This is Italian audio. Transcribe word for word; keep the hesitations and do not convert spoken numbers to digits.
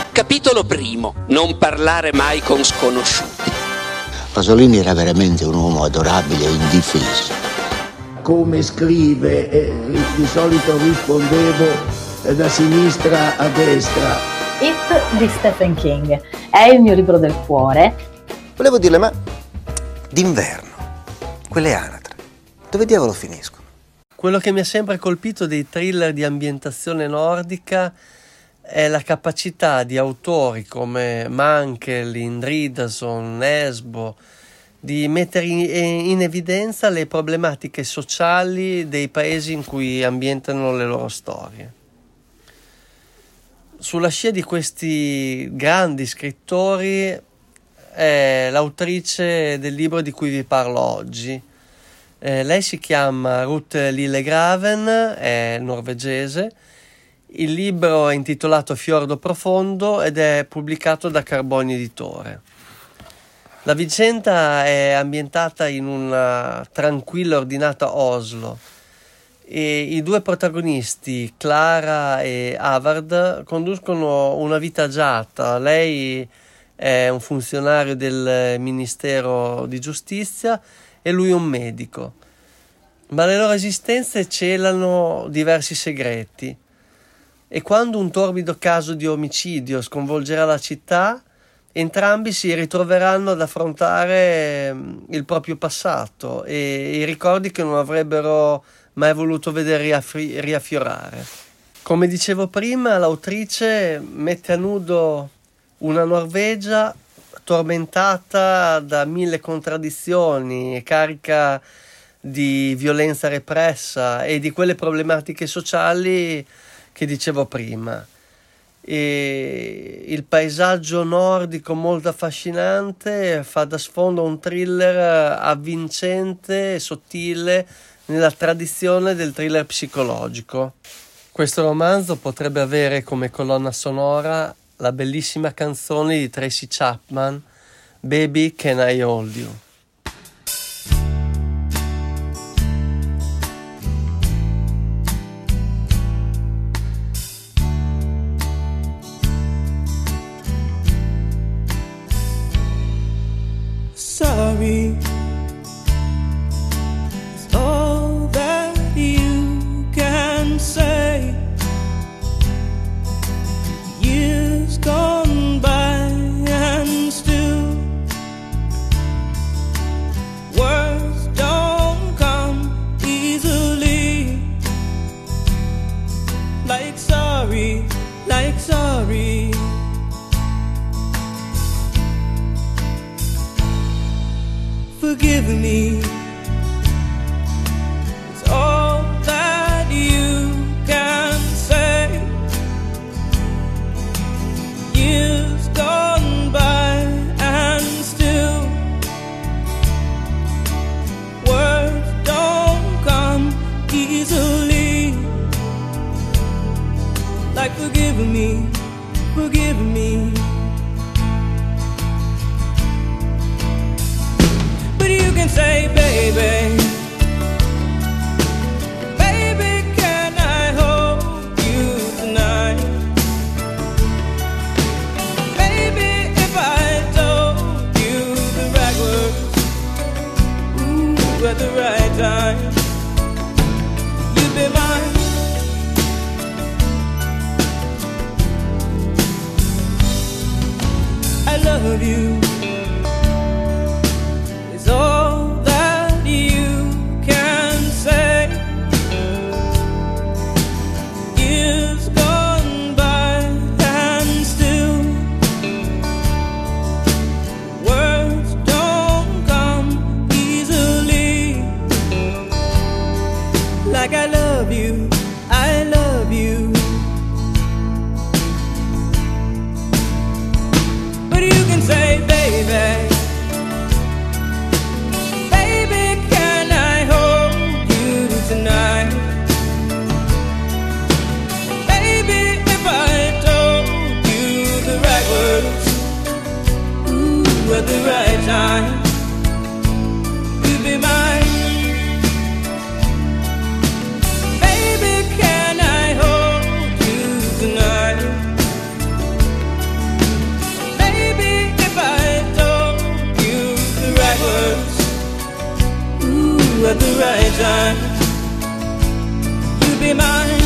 Capitolo primo. Non parlare mai con sconosciuti. Pasolini era veramente un uomo adorabile e indifeso. Come scrive, eh, di solito rispondevo eh, da sinistra a destra. It di Stephen King è il mio libro del cuore. Volevo dirle, ma d'inverno, quelle anatre, dove diavolo finiscono? Quello che mi ha sempre colpito dei thriller di ambientazione nordica è la capacità di autori come Mankell, Indridason, Nesbo di mettere in, in evidenza le problematiche sociali dei paesi in cui ambientano le loro storie. Sulla scia di questi grandi scrittori è l'autrice del libro di cui vi parlo oggi. Eh, lei si chiama Ruth Lillegraven, è norvegese. Il libro è intitolato Fiordo Profondo ed è pubblicato da Carboni Editore. La vicenda è ambientata in una tranquilla e ordinata Oslo e i due protagonisti, Clara e Havard, conducono una vita agiata. Lei è un funzionario del Ministero di Giustizia e lui un medico, ma le loro esistenze celano diversi segreti e quando un torbido caso di omicidio sconvolgerà la città, entrambi si ritroveranno ad affrontare il proprio passato e i ricordi che non avrebbero mai voluto vedere riaffri- riaffiorare. Come dicevo prima, l'autrice mette a nudo una Norvegia tormentata da mille contraddizioni e carica di violenza repressa e di quelle problematiche sociali che dicevo prima. E il paesaggio nordico molto affascinante fa da sfondo un thriller avvincente e sottile nella tradizione del thriller psicologico. Questo romanzo potrebbe avere come colonna sonora la bellissima canzone di Tracy Chapman, Baby Can I Hold You. Sorry is all that you can say. Years gone by and still words don't come easily. Like sorry, like sorry. Forgive me is all that you can say. Years gone by and still words don't come easily. Like forgive me, forgive me. You can say, baby, baby, can I hold you tonight? Baby, if I told you the right words, ooh, at the right time, you'd be mine. I love you. All that you can say. Years gone by and still words don't come easily. Like I love you, I love you. But you can say that at the right time. You'd be mine.